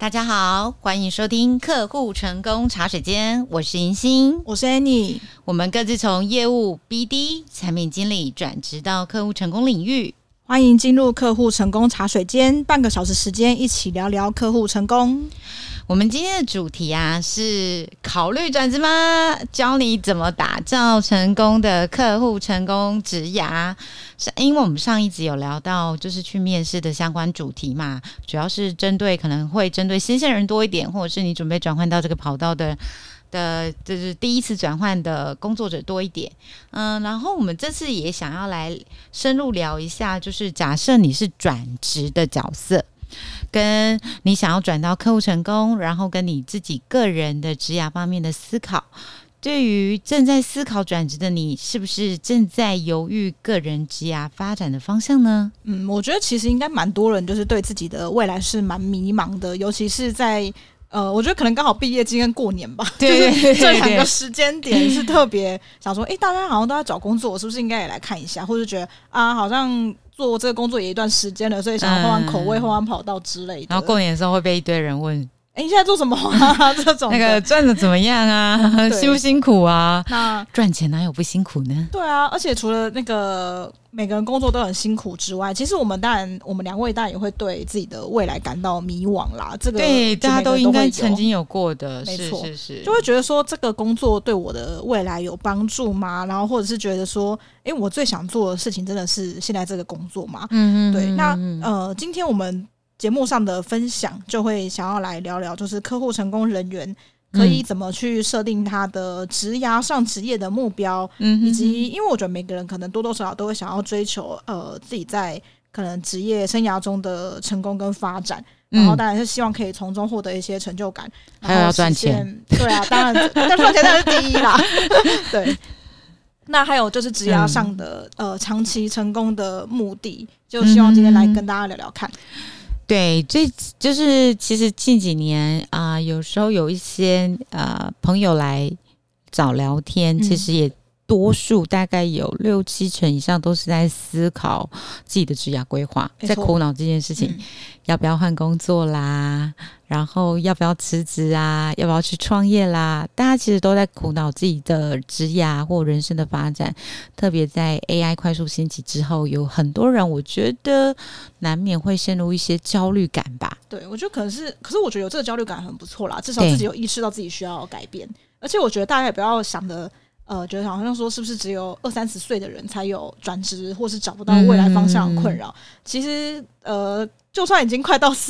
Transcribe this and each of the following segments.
大家好，欢迎收听客户成功茶水间，我是银星， 我是 Annie。 我们各自从业务 BD 产品经理转职到客户成功领域， 欢迎进入客户成功茶水间，半个小时时间一起聊聊客户成功。 我们今天的主题是考虑转职吗？教你怎么打造成功的客户成功职涯。因为我们上一集有聊到就是去面试的相关主题嘛，主要是可能会针对新鲜人多一点，或者是你准备转换到这个跑道的就是第一次转换的工作者多一点。然后我们这次也想要来深入聊一下，就是假设你是转职的角色，跟你想要转到客户成功，然后跟你自己个人的职涯方面的思考，对于正在思考转职的你，是不是正在犹豫个人职涯发展的方向呢？ 我觉得其实应该蛮多人就是对自己的未来是蛮迷茫的，尤其是在我觉得可能刚好毕业季跟过年吧， 对， 就是这两个时间点是特别想说，大家好像都在找工作，我是不是应该也来看一下，或者觉得好像做这个工作也一段时间了，所以想要换换口味、换换跑道之类的。 然后过年的时候会被一堆人问， 你现在做什么啊？这种那个赚的怎么样啊？辛不辛苦啊？ 那赚钱哪有不辛苦呢？ 对啊，而且除了那个每个人工作都很辛苦之外，其实我们两位当然也会对自己的未来感到迷惘啦。这个对，大家都应该曾经有过的， 没错， 是， 就会觉得说这个工作对我的未来有帮助吗？然后或者是觉得说，我最想做的事情真的是现在这个工作吗？对。那今天我们节目上的分享就会想要来聊聊，就是客户成功人员可以怎么去设定他的职涯上职业的目标，以及因为我觉得每个人可能多多少少都会想要追求自己在可能职业生涯中的成功跟发展，然后当然是希望可以从中获得一些成就感， 还有要赚钱。 对啊，当然但赚钱当然是第一啦。对。那还有就是职涯上的长期成功的目的，就希望今天来跟大家聊聊看。 对，就是其实近几年有时候有一些朋友来找聊天，其实也多数大概有6-7成以上都是在思考自己的职涯规划，在苦恼这件事情，要不要换工作啦，然后要不要辞职啊，要不要去创业啦，大家其实都在苦恼自己的职涯或人生的发展。特别在 AI 快速兴起之后，有很多人我觉得难免会陷入一些焦虑感吧。 对，我觉得可是我觉得有这个焦虑感很不错啦，至少自己有意识到自己需要改变。而且我觉得大家也不要想的觉得好像说是不是只有20-30岁的人才有转职或是找不到未来方向的困扰。其实就算已经快到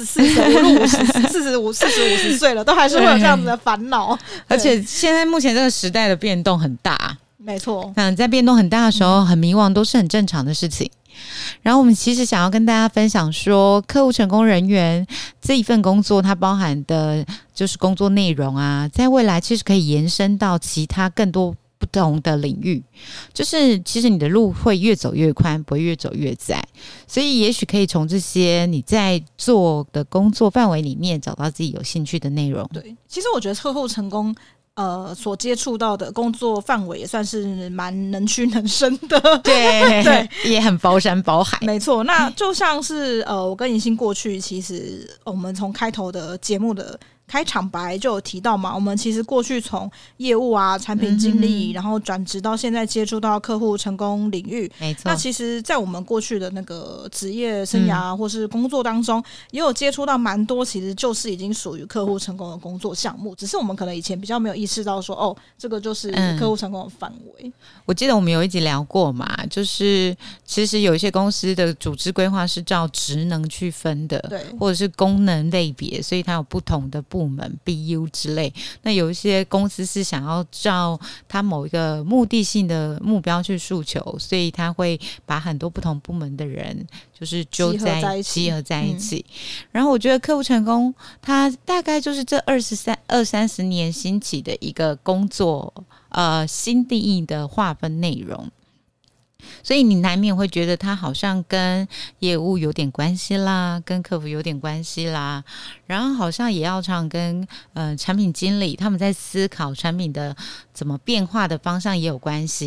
40-50岁了，都还是会有这样子的烦恼。 而且现在目前这个时代的变动很大， 没错， 在变动很大的时候，很迷惘都是很正常的事情。然后我们其实想要跟大家分享说，客户成功人员这一份工作它包含的就是工作内容在未来其实可以延伸到其他更多不同的领域，就是其实你的路会越走越宽，不会越走越窄，所以也许可以从这些你在做的工作范围里面找到自己有兴趣的内容。 对，其实我觉得客户成功所接触到的工作范围也算是蛮能屈能伸的。 对，也很包山包海。 没错，那就像是我跟银星过去，其实我们从开头的节目的开场白就有提到嘛，我们其实过去从业务产品经理，然后转职到现在接触到客户成功领域。 没错， 那其实在我们过去的那个职业生涯或是工作当中，也有接触到蛮多其实就是已经属于客户成功的工作项目，只是我们可能以前比较没有意识到说这个就是客户成功的范围。 我记得我们有一集聊过嘛，就是其实有一些公司的组织规划是照职能去分的， 对， 或者是功能类别，所以它有不同的部门 BU 之类。那有一些公司是想要照它某一个目的性的目标去诉求，所以它会把很多不同部门的人就是集合在一起。然后我觉得客户成功它大概就是这20-30年兴起的一个工作新定义的划分内容，所以你难免会觉得它好像跟业务有点关系啦，跟客服有点关系啦，然后好像也要常跟产品经理他们在思考产品的怎么变化的方向也有关系。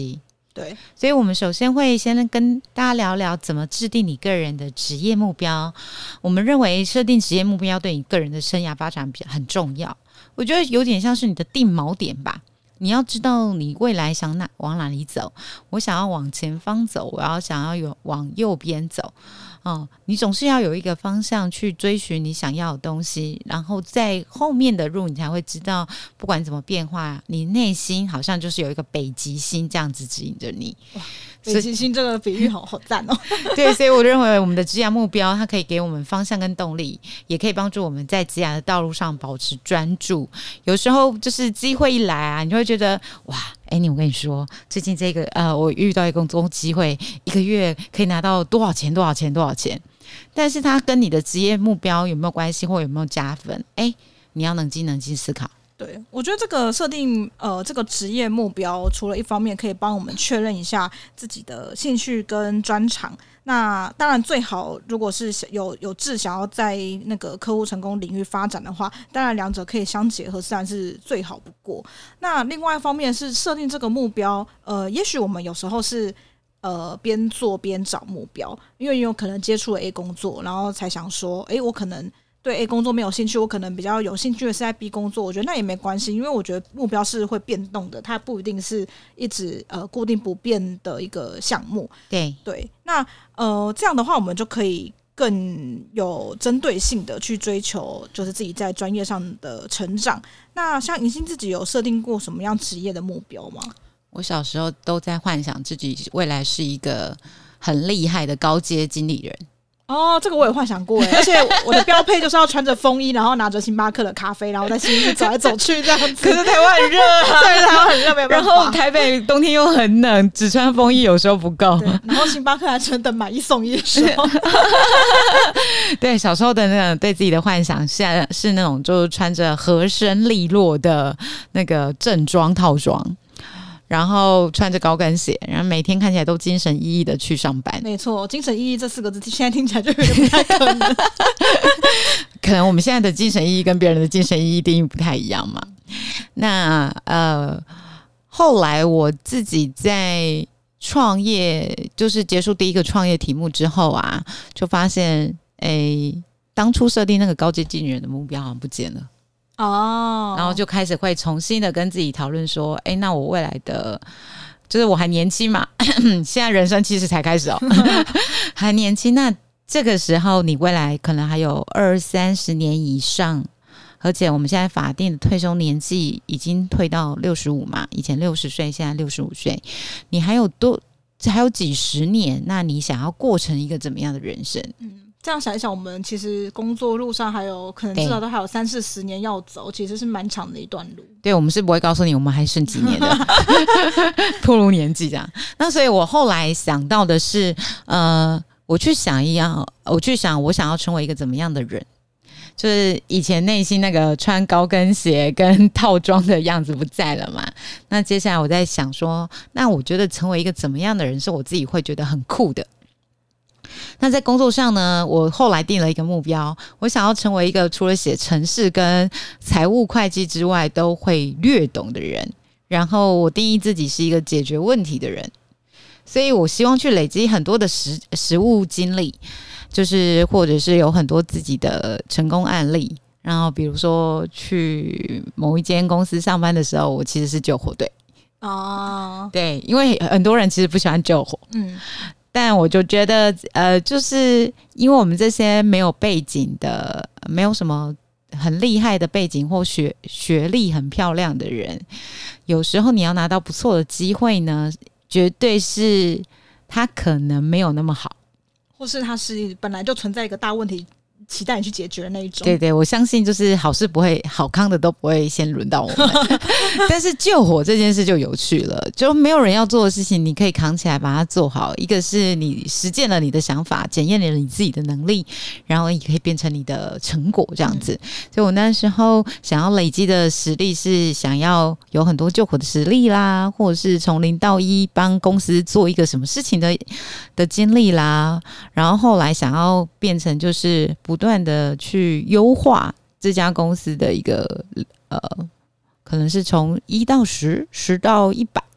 对， 所以我们首先会先跟大家聊聊怎么制定你个人的职业目标。我们认为设定职业目标对你个人的生涯发展很重要，我觉得有点像是你的定锚点吧。你要知道你未来想往哪里走，我想要往前方走，我想要往右边走。你总是要有一个方向去追寻你想要的东西，然后在后面的路你才会知道，不管怎么变化，你内心好像就是有一个北极星这样子指引着你。 北极星这个比喻好赞哦。 对，所以我认为我们的职业目标它可以给我们方向跟动力，也可以帮助我们在职业的道路上保持专注。有时候就是机会一来啊，你就会觉得哇，Annie，我跟你说，最近这个我遇到一个工作机会，一个月可以拿到多少钱，但是它跟你的职业目标有没有关系，或有没有加分？你要冷静思考。 对，我觉得这个设定这个职业目标，除了一方面可以帮我们确认一下自己的兴趣跟专长，那当然最好如果是有志想要在那个客户成功领域发展的话，当然两者可以相结合，自然是最好不过。那另外一方面是设定这个目标，也许我们有时候是边做边找目标，因为有可能接触了 A 工作，然后才想说，我可能对 A 工作没有兴趣，我可能比较有兴趣的是在 B 工作，我觉得那也没关系，因为我觉得目标是会变动的，它不一定是一直固定不变的一个项目。 对， 那这样的话，我们就可以更有针对性的去追求，就是自己在专业上的成长。那像银星自己有设定过什么样职业的目标吗？ 我小时候都在幻想自己未来是一个很厉害的高阶经理人。 这个我也幻想过而且我的标配就是要穿着风衣，然后拿着星巴克的咖啡，然后在新义走来走去这样子。 可是台湾很热对，台湾很热，没有办法。 然后台北冬天又很冷，只穿风衣有时候不够。 对，然后星巴克还只等买一送一的时候。 对，小时候的那个对自己的幻想是那种就是穿着合身利落的那个正装套装，然后穿着高跟鞋，然后每天看起来都精神奕奕的去上班。 没错，精神奕奕这4个字现在听起来就有点不太可能。 可能我们现在的精神奕奕跟别人的精神奕奕定义不太一样嘛。那后来我自己在创业，就是结束第一个创业题目之后啊，就发现当初设定那个高阶经理人的目标好像不见了。然后就开始会重新的跟自己讨论说，那我未来的就是我还年轻嘛，现在人生其实才开始还年轻，那这个时候你未来可能还有20-30年以上，而且我们现在法定的退休年纪已经退到65嘛，以前60岁，现在65岁，你还有几十年，那你想要过成一个怎么样的人生？ 这样想一想，我们其实工作路上还有可能至少都还有30-40年要走，其实是蛮长的一段路。 对，我们是不会告诉你我们还剩几年的，暴露年纪这样。那所以我后来想到的是，我去想我想要成为一个怎么样的人。就是以前内心那个穿高跟鞋跟套装的样子不在了嘛，那接下来我在想说，那我觉得成为一个怎么样的人是我自己会觉得很酷的。那在工作上呢，我后来定了一个目标，我想要成为一个除了写程式跟财务会计之外都会略懂的人，然后我定义自己是一个解决问题的人，所以我希望去累积很多的实务经历，就是或者是有很多自己的成功案例，然后比如说去某一间公司上班的时候，我其实是救火队对，因为很多人其实不喜欢救火，但我就觉得就是因为我们这些没有背景的，没有什么很厉害的背景或学历很漂亮的人，有时候你要拿到不错的机会呢，绝对是他可能没有那么好， 或是他是本来就存在一个大问题期待你去解决的那一种。 对对，我相信就是好事不会，好康的都不会先轮到我们但是救火这件事就有趣了，就没有人要做的事情你可以扛起来把它做好，一个是你实践了你的想法，检验了你自己的能力，然后也可以变成你的成果这样子。所以我那时候想要累积的实力是想要有很多救火的实力啦，或者是从0到1帮公司做一个什么事情的经历啦，然后后来想要变成就是不断的去优化这家公司的一个可能是从1到10，10到100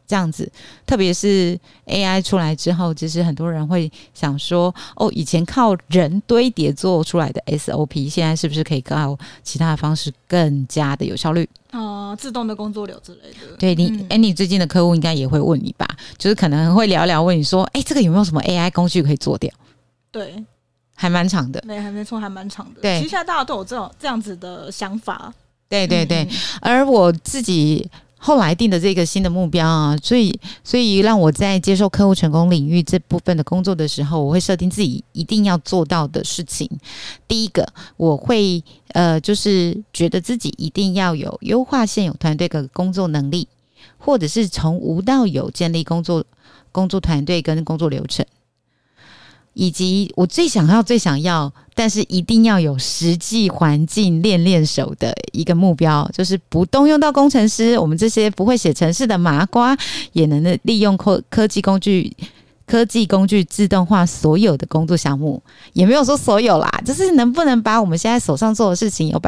这样子。特别是 AI 出来之后，其实很多人会想说，以前靠人堆叠做出来的 SOP， 现在是不是可以靠其他的方式更加的有效率？ 自动的工作流之类的。 对你，你最近的客户应该也会问你吧？就是可能会聊聊，问你说，这个有没有什么 AI 工具可以做掉？ 对， 还蛮长的。 对，还没错，还蛮长的。 对， 其实现在大家都有这样子的想法。 对对对，而我自己后来定的这个新的目标啊，所以让我在接受客户成功领域这部分的工作的时候，我会设定自己一定要做到的事情。第一个，我会就是觉得自己一定要有优化现有团队的工作能力，或者是从无到有建立工作团队跟工作流程。以及我最想要，但是一定要有实际环境练手的一个目标，就是不动用到工程师，我们这些不会写程式的麻瓜，也能利用科技工具自动化所有的工作项目，也没有说所有啦，就是能不能把我们现在手上做的事情有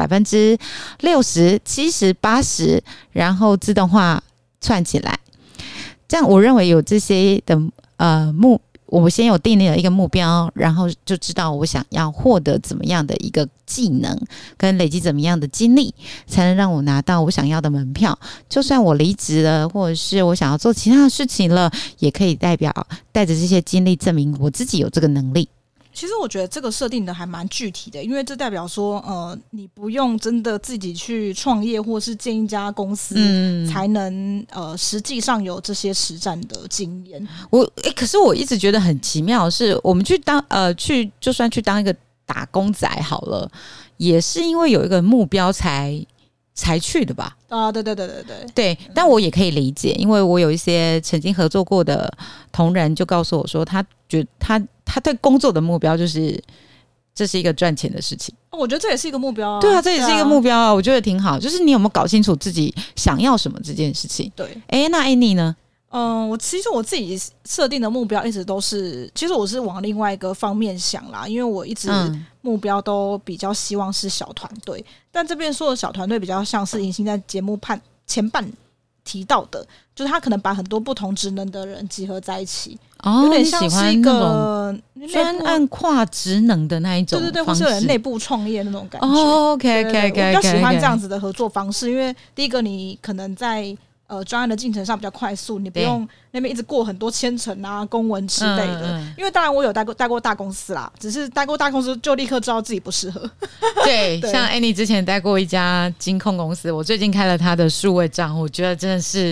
60%、70%、80%，然后自动化串起来。这样我认为有这些的我先有定立了一个目标，然后就知道我想要获得怎么样的一个技能，跟累积怎么样的经历，才能让我拿到我想要的门票。就算我离职了，或者是我想要做其他的事情了，也可以带着这些经历证明我自己有这个能力。 其实我觉得这个设定的还蛮具体的，因为这代表说，你不用真的自己去创业，或是建一家公司，才能实际上有这些实战的经验。 可是我一直觉得很奇妙的是，我们就算去当一个打工仔好了，也是因为有一个目标才去的吧？对，但我也可以理解，因为我有一些曾经合作过的同仁就告诉我说，他觉得他对工作的目标就是这是一个赚钱的事情。 我觉得这也是一个目标啊。 对啊，这也是一个目标啊，我觉得挺好。就是你有没有搞清楚自己想要什么这件事情？ 对， 那Annie呢？ 其实我自己设定的目标一直都是，其实我是往另外一个方面想啦，因为我一直目标都比较希望是小团队，但这边说的小团队比较像是银星在节目前半提到的，就是他可能把很多不同职能的人集合在一起，有点像是一个专案跨职能的那一种方式， 对，或是有人内部创业那种感觉。 OK， 我比较喜欢这样子的合作方式，因为第一个你可能在专案的进程上比较快速，你不用那边一直过很多签程啊、公文之类的。因为当然我有待过大公司啦，只是待过大公司就立刻知道自己不适合。 对，像 Annie 之前待过一家金控公司，我最近开了他的数位账户，我觉得真的是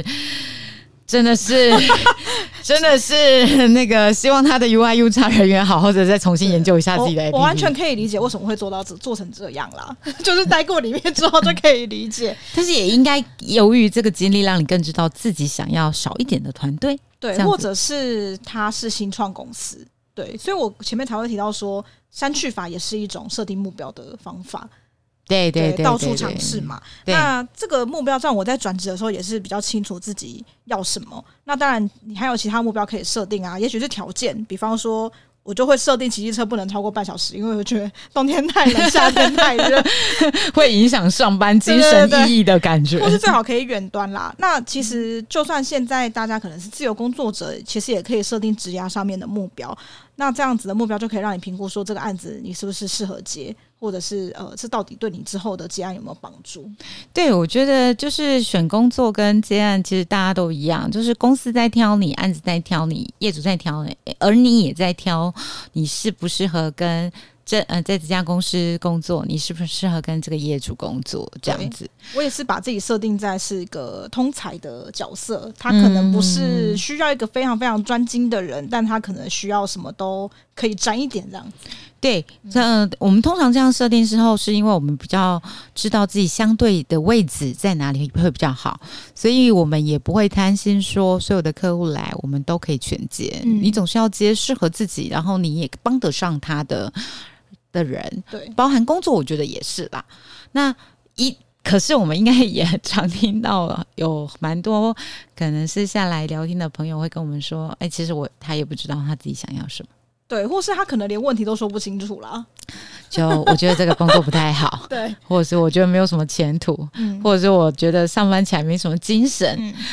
那个希望他的 UI、UX 人员好好的再重新研究一下自己的 APP。 我完全可以理解为什么会做成这样啦，就是待过里面之后就可以理解。 但是也应该由于这个经历，让你更知道自己想要少一点的团队， 对，或者是他是新创公司，对，所以我前面才会提到说，删去法也是一种设定目标的方法。 对， 到处尝试嘛。那这个目标，在我在转职的时候也是比较清楚自己要什么。那当然，你还有其他目标可以设定啊，也许是条件，比方说，我就会设定骑机车不能超过半小时，因为我觉得冬天太冷，夏天太热， 会影响上班精神奕奕的感觉。 或是最好可以远端啦。那其实就算现在大家可能是自由工作者，其实也可以设定职涯上面的目标。那这样子的目标就可以让你评估说这个案子你是不是适合接，或者是这到底对你之后的接案有没有帮助。 对，我觉得就是选工作跟接案其实大家都一样，就是公司在挑你，案子在挑你，业主在挑你，而你也在挑你适不适合跟在这家公司工作，你是不是适合跟这个业主工作这样子。 我也是把自己设定在是一个通才的角色，他可能不是需要一个非常非常专精的人，但他可能需要什么都可以沾一点这样子。 对，我们通常这样设定之后，是因为我们比较知道自己相对的位置在哪里会比较好，所以我们也不会担心说所有的客户来我们都可以全接。你总是要接适合自己，然后你也帮得上他的人，对，包含工作，我觉得也是啦。可是我们应该也常听到有蛮多可能是下来聊天的朋友会跟我们说，其实他也不知道他自己想要什么。 对，或是他可能连问题都说不清楚啦。 就我觉得这个工作不太好， 对， 或者是我觉得没有什么前途，或者是我觉得上班起来没什么精神。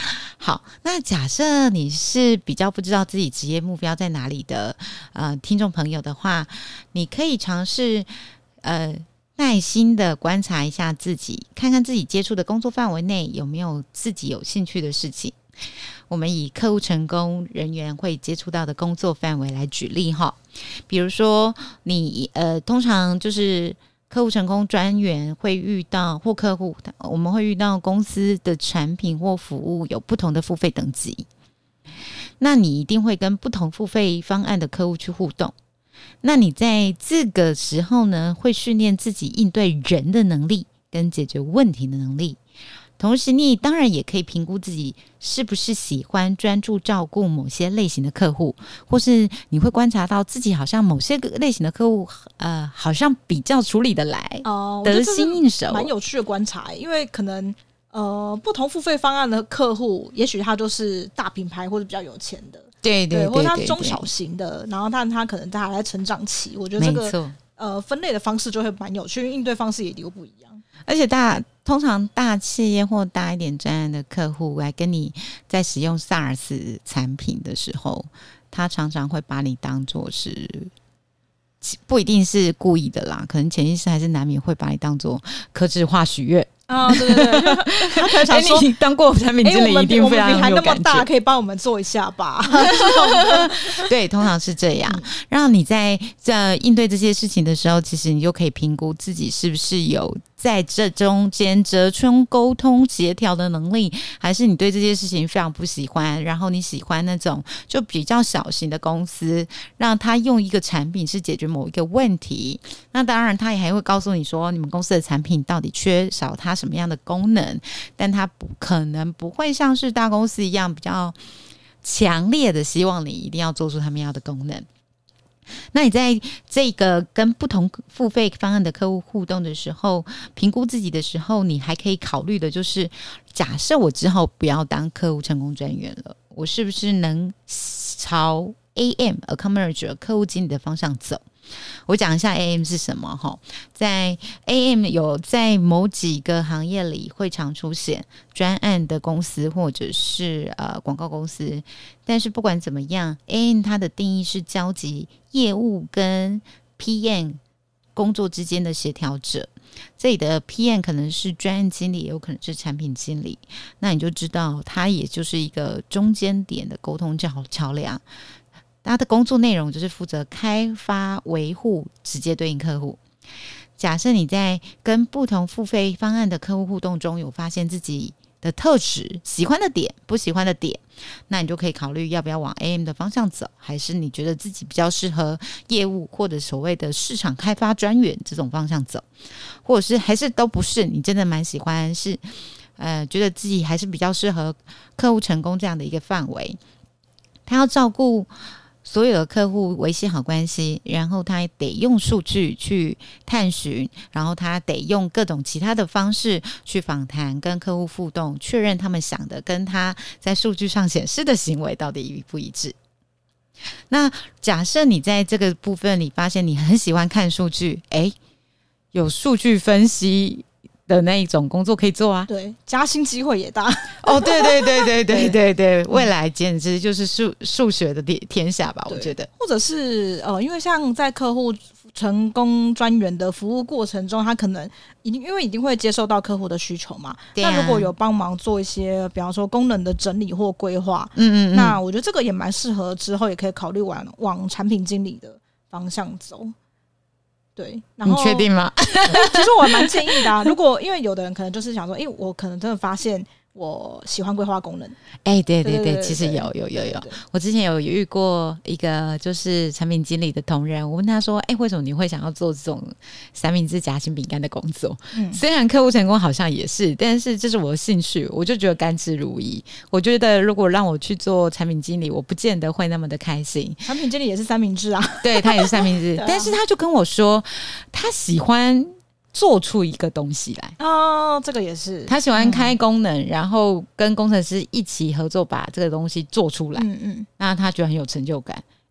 好，那假设你是比较不知道自己职业目标在哪里的听众朋友的话，你可以尝试耐心的观察一下自己，看看自己接触的工作范围内有没有自己有兴趣的事情。我们以客户成功人员会接触到的工作范围来举例哈，比如说你通常就是客户成功专员会遇到或客户，我们会遇到公司的产品或服务有不同的付费等级，那你一定会跟不同付费方案的客户去互动。那你在这个时候呢，会训练自己应对人的能力跟解决问题的能力。同时你当然也可以评估自己是不是喜欢专注照顾某些类型的客户，或是你会观察到自己好像某些类型的客户好像比较处理得来，得心应手， 蛮有趣的观察。因为可能不同付费方案的客户，也许他就是大品牌或者比较有钱的， 对， 或者他中小型的，然后但他可能还在成长期，我觉得这个分类的方式就会蛮有趣，应对方式也都不一样。 而且通常大企业或大一点专案的客户来跟你在使用 SaaS 产品的时候，他常常会把你当作是，不一定是故意的啦，可能潜意识还是难免会把你当作客制化许愿。 对，他可能想说， 你当过产品经理一定非常有感觉，我们比还那么大， 可以帮我们做一下吧？ 对，通常是这样。让你在应对这些事情的时候，其实你就可以评估自己是不是有在这中间折冲、沟通、协调的能力，还是你对这些事情非常不喜欢，然后你喜欢那种就比较小型的公司，让他用一个产品是解决某一个问题。那当然，他也还会告诉你说，你们公司的产品到底缺少它什么样的功能，但它可能不会像是大公司一样比较强烈的希望你一定要做出他们要的功能。那你在这个跟不同付费方案的客户互动的时候，评估自己的时候，你还可以考虑的就是，假设我之后不要当客户成功专员了，我是不是能朝 AM Account Manager 客户经理的方向走？我讲一下 AM 是什么哈，在 AM 有在某几个行业里会常出现专案的公司或者是广告公司，但是不管怎么样 AM 它的定义是交集业务跟 PM 工作之间的协调者，这里的 PM 可能是专案经理，也有可能是产品经理，那你就知道它也就是一个中间点的沟通桥梁。他的工作内容就是负责开发、维护，直接对应客户。假设你在跟不同付费方案的客户互动中，有发现自己的特质、喜欢的点、不喜欢的点，那你就可以考虑要不要往 AM 的方向走，还是你觉得自己比较适合业务或者所谓的市场开发专员这种方向走，或者是还是都不是，你真的蛮喜欢是觉得自己还是比较适合客户成功这样的一个范围。他要照顾所有的客户，维系好关系，然后他得用数据去探寻，然后他得用各种其他的方式去访谈，跟客户互动，确认他们想的跟他在数据上显示的行为到底一不一致。那假设你在这个部分里发现你很喜欢看数据，有数据分析的那一种工作可以做啊， 对，加薪机会也大哦，对，未来简直就是数学的天下吧，我觉得。 或者是因为像在客户成功专员的服务过程中，他可能因为一定会接受到客户的需求嘛，那如果有帮忙做一些比方说功能的整理或规划，那我觉得这个也蛮适合之后也可以考虑往产品经理的方向走。对，然后你确定吗？ 其实我蛮建议的啊。如果因为有的人可能就是想说，我可能真的发现我喜欢规划功能。 对，其实有。我之前有遇过一个就是产品经理的同仁，我问他说，为什么你会想要做这种三明治夹心饼干的工作？虽然客户成功好像也是，但是这是我的兴趣，我就觉得甘之如饴。我觉得如果让我去做产品经理，我不见得会那么的开心。 产品经理也是三明治啊， 对，他也是三明治，但是他就跟我说，他喜欢做出一个东西来哦，这个也是他喜欢开功能，然后跟工程师一起合作把这个东西做出来。那他觉得很有成就感。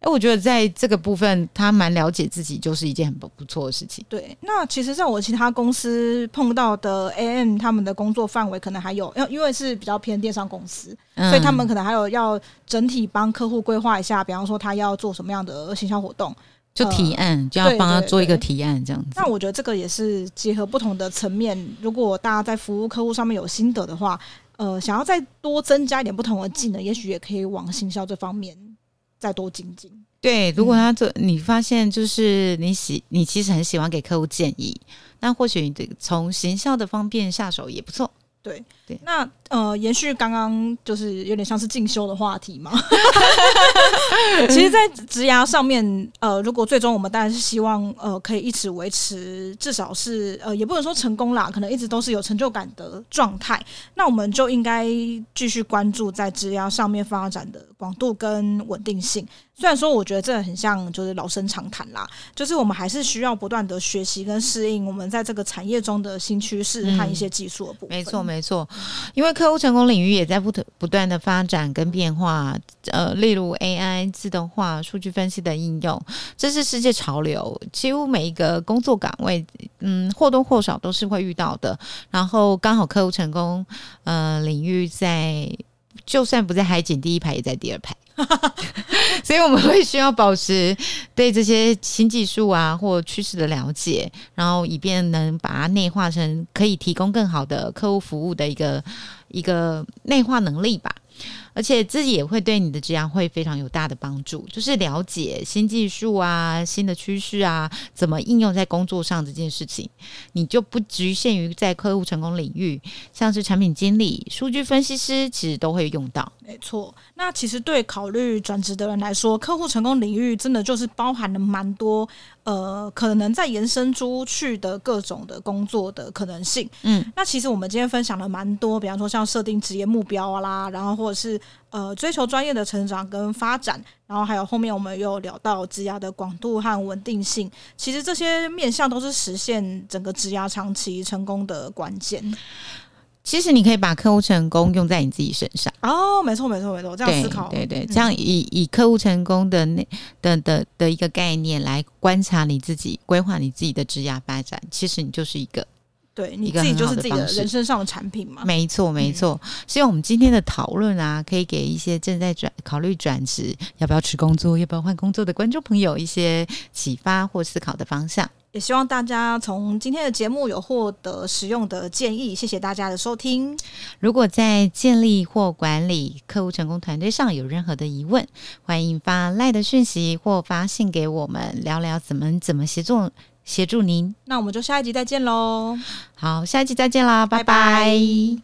我觉得在这个部分他蛮了解自己，就是一件很不错的事情。 对，那其实在我其他公司碰到的 AM 他们的工作范围可能还有，因为是比较偏电商公司，所以他们可能还有要整体帮客户规划一下，比方说他要做什么样的行销活动， 就提案，就要帮他做一个提案这样子。 那我觉得这个也是结合不同的层面，如果大家在服务客户上面有心得的话，想要再多增加一点不同的技能，也许也可以往行销这方面再多精进。 对，如果你发现就是你其实很喜欢给客户建议，那或许你从行销的方面下手也不错。 对，那延续刚刚就是有点像是进修的话题嘛。其实，在职涯上面，如果最终我们当然是希望可以一直维持，至少是也不能说成功啦，可能一直都是有成就感的状态。那我们就应该继续关注在职涯上面发展的广度跟稳定性。虽然说我觉得这很像就是老生常谈啦，就是我们还是需要不断的学习跟适应我们在这个产业中的新趋势和一些技术的部分。 没错，因为客户成功领域也在不断的发展跟变化，例如 AI 自动化、数据分析的应用，这是世界潮流，几乎每一个工作岗位或多或少都是会遇到的。然后刚好客户成功领域就算不在海景第一排，也在第二排。所以我们会需要保持对这些新技术啊或趋势的了解，然后以便能把它内化成可以提供更好的客户服务的一个内化能力吧。而且自己也会对你的职涯会非常有大的帮助，就是了解新技术啊、新的趋势啊，怎么应用在工作上这件事情，你就不局限于在客户成功领域，像是产品经理、数据分析师，其实都会用到。 没错，那其实对考虑转职的人来说，客户成功领域真的就是包含了蛮多可能再延伸出去的各种的工作的可能性。那其实我们今天分享了蛮多，比方说像设定职业目标啦，然后或者是追求专业的成长跟发展，然后还有后面我们又聊到职涯的广度和稳定性，其实这些面向都是实现整个职涯长期成功的关键。 其实你可以把客户成功用在你自己身上。 没错，这样思考， 对，这样以客户成功的一个概念来观察你自己，规划你自己的职涯发展，其实你就是对，你自己就是自己的人生上的产品嘛。 没错。希望我们今天的讨论啊，可以给一些正在考虑转职、要不要吃工作、要不要换工作的观众朋友一些启发或思考的方向。 也希望大家从今天的节目有获得实用的建议，谢谢大家的收听。 如果在建立或管理客户成功团队上有任何的疑问，欢迎发 LINE 的讯息或发信给我们，聊聊怎么协助您。 那我们就下一集再见咯。 好，下一集再见啦，拜拜。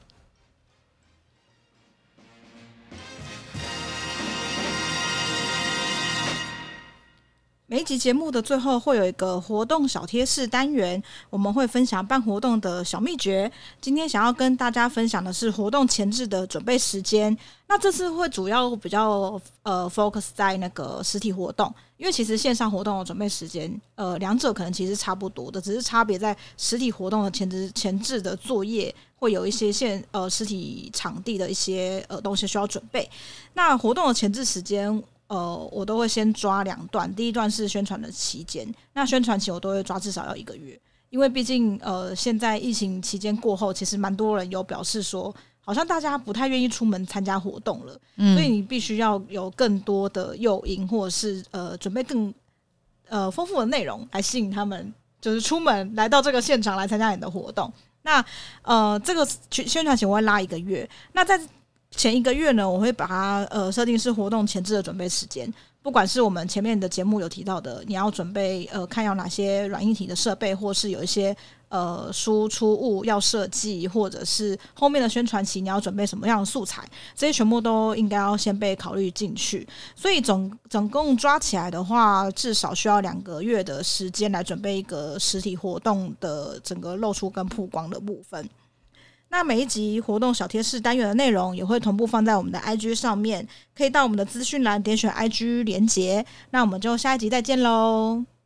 每一集节目的最后会有一个活动小贴士单元，我们会分享办活动的小秘诀。今天想要跟大家分享的是活动前置的准备时间。那这次会主要比较focus 在那个实体活动，因为其实线上活动的准备时间两者可能其实差不多的，只是差别在实体活动的前置的作业会有一些实体场地的一些东西需要准备。那活动的前置时间我都会先抓2段，第一段是宣传的期间，那宣传期我都会抓至少要1个月，因为毕竟现在疫情期间过后，其实蛮多人有表示说好像大家不太愿意出门参加活动了，所以你必须要有更多的诱因，或者是准备更丰富的内容来吸引他们，就是出门来到这个现场来参加你的活动。那这个宣传期我会拉1个月，那在前1个月呢，我会把它设定是活动前置的准备时间，不管是我们前面的节目有提到的，你要准备看有哪些软硬体的设备，或是有一些输出物要设计，或者是后面的宣传期你要准备什么样的素材，这些全部都应该要先被考虑进去。所以总共抓起来的话，至少需要2个月的时间来准备一个实体活动的整个露出跟曝光的部分。那每一集活动小贴士单元的内容也会同步放在我们的 IG 上面，可以到我们的资讯栏点选 IG 连结。那我们就下一集再见咯。